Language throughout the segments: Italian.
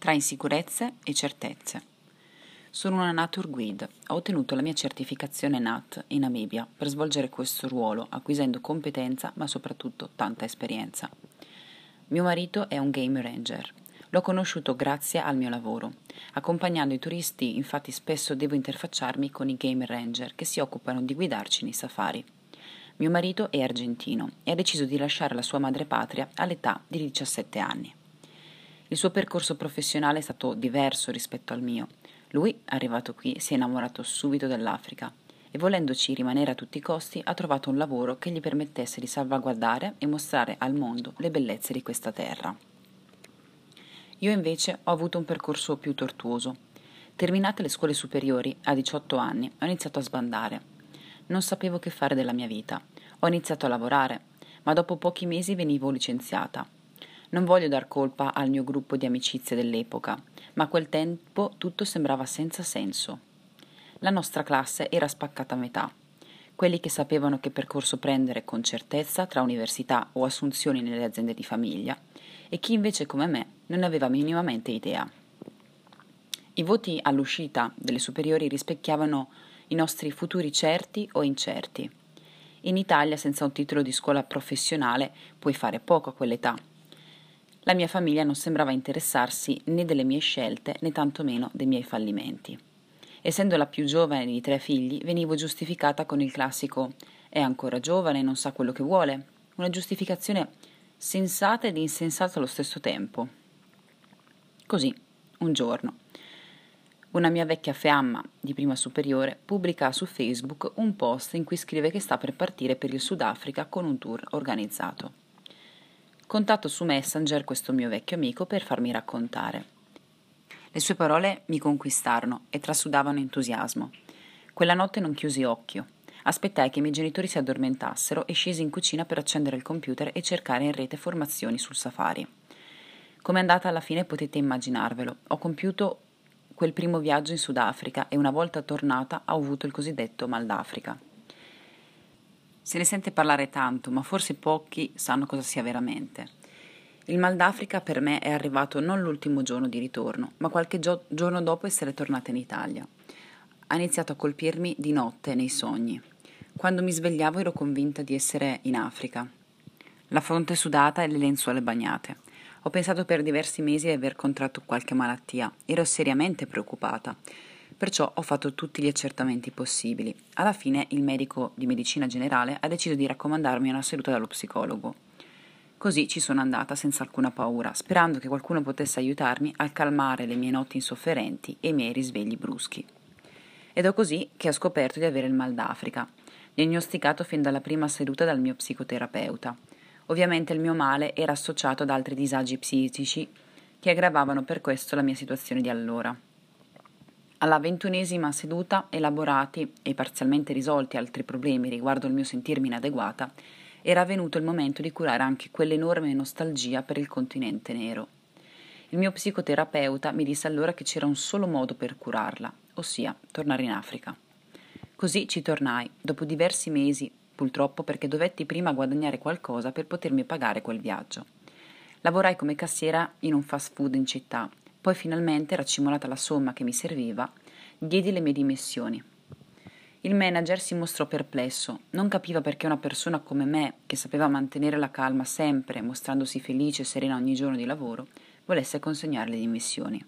tra insicurezze e certezze. Sono una Nature Guide, ho ottenuto la mia certificazione NAT in Namibia per svolgere questo ruolo, acquisendo competenza ma soprattutto tanta esperienza. Mio marito è un Game Ranger. L'ho conosciuto grazie al mio lavoro. Accompagnando i turisti, infatti, spesso devo interfacciarmi con i Game Ranger che si occupano di guidarci nei safari. Mio marito è argentino e ha deciso di lasciare la sua madrepatria all'età di 17 anni. Il suo percorso professionale è stato diverso rispetto al mio. Lui, arrivato qui, si è innamorato subito dell'Africa e, volendoci rimanere a tutti i costi, ha trovato un lavoro che gli permettesse di salvaguardare e mostrare al mondo le bellezze di questa terra. Io invece ho avuto un percorso più tortuoso. Terminate le scuole superiori, a 18 anni, ho iniziato a sbandare. Non sapevo che fare della mia vita. Ho iniziato a lavorare, ma dopo pochi mesi venivo licenziata. Non voglio dar colpa al mio gruppo di amicizie dell'epoca, ma a quel tempo tutto sembrava senza senso. La nostra classe era spaccata a metà. Quelli che sapevano che percorso prendere con certezza tra università o assunzioni nelle aziende di famiglia, e chi invece come me non ne aveva minimamente idea. I voti all'uscita delle superiori rispecchiavano i nostri futuri certi o incerti. In Italia, senza un titolo di scuola professionale, puoi fare poco a quell'età. La mia famiglia non sembrava interessarsi né delle mie scelte né tantomeno dei miei fallimenti. Essendo la più giovane di 3 figli, venivo giustificata con il classico «è ancora giovane, non sa quello che vuole», una giustificazione sensata ed insensata allo stesso tempo. Così, un giorno, una mia vecchia fiamma di prima superiore pubblica su Facebook un post in cui scrive che sta per partire per il Sudafrica con un tour organizzato. Contatto su Messenger questo mio vecchio amico per farmi raccontare. Le sue parole mi conquistarono e trasudavano entusiasmo. Quella notte non chiusi occhio. Aspettai che i miei genitori si addormentassero e scesi in cucina per accendere il computer e cercare in rete informazioni sul safari. Come è andata alla fine potete immaginarvelo. Ho compiuto quel primo viaggio in Sudafrica e una volta tornata ho avuto il cosiddetto mal d'Africa. Se ne sente parlare tanto, ma forse pochi sanno cosa sia veramente. Il mal d'Africa per me è arrivato non l'ultimo giorno di ritorno, ma qualche giorno dopo essere tornata in Italia. Ha iniziato a colpirmi di notte nei sogni. Quando mi svegliavo ero convinta di essere in Africa. La fronte sudata e le lenzuola bagnate. Ho pensato per diversi mesi di aver contratto qualche malattia. Ero seriamente preoccupata. Perciò ho fatto tutti gli accertamenti possibili. Alla fine il medico di medicina generale ha deciso di raccomandarmi una seduta dallo psicologo. Così ci sono andata senza alcuna paura, sperando che qualcuno potesse aiutarmi a calmare le mie notti insofferenti e i miei risvegli bruschi. Ed è così che ho scoperto di avere il mal d'Africa, diagnosticato fin dalla prima seduta dal mio psicoterapeuta. Ovviamente il mio male era associato ad altri disagi psichici che aggravavano per questo la mia situazione di allora. Alla 21ª seduta, elaborati e parzialmente risolti altri problemi riguardo il mio sentirmi inadeguata, era venuto il momento di curare anche quell'enorme nostalgia per il continente nero. Il mio psicoterapeuta mi disse allora che c'era un solo modo per curarla, ossia tornare in Africa. Così ci tornai, dopo diversi mesi, purtroppo perché dovetti prima guadagnare qualcosa per potermi pagare quel viaggio. Lavorai come cassiera in un fast food in città. Poi finalmente, raccimolata la somma che mi serviva, diedi le mie dimissioni. Il manager si mostrò perplesso, non capiva perché una persona come me, che sapeva mantenere la calma sempre, mostrandosi felice e serena ogni giorno di lavoro, volesse consegnare le dimissioni.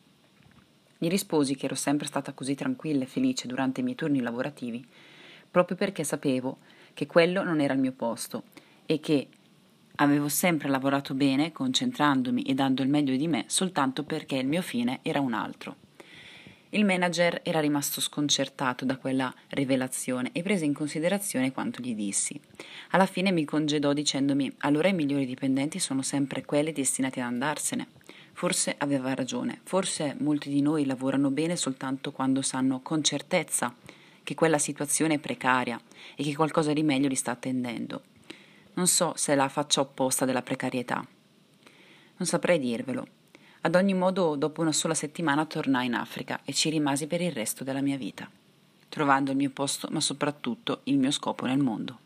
Gli risposi che ero sempre stata così tranquilla e felice durante i miei turni lavorativi, proprio perché sapevo che quello non era il mio posto e che avevo sempre lavorato bene, concentrandomi e dando il meglio di me soltanto perché il mio fine era un altro. Il manager era rimasto sconcertato da quella rivelazione e prese in considerazione quanto gli dissi. Alla fine mi congedò dicendomi: allora i migliori dipendenti sono sempre quelli destinati ad andarsene. Forse aveva ragione, forse molti di noi lavorano bene soltanto quando sanno con certezza che quella situazione è precaria e che qualcosa di meglio li sta attendendo. Non so se è la faccia opposta della precarietà. Non saprei dirvelo. Ad ogni modo, dopo una sola settimana tornai in Africa e ci rimasi per il resto della mia vita, trovando il mio posto, ma soprattutto il mio scopo nel mondo.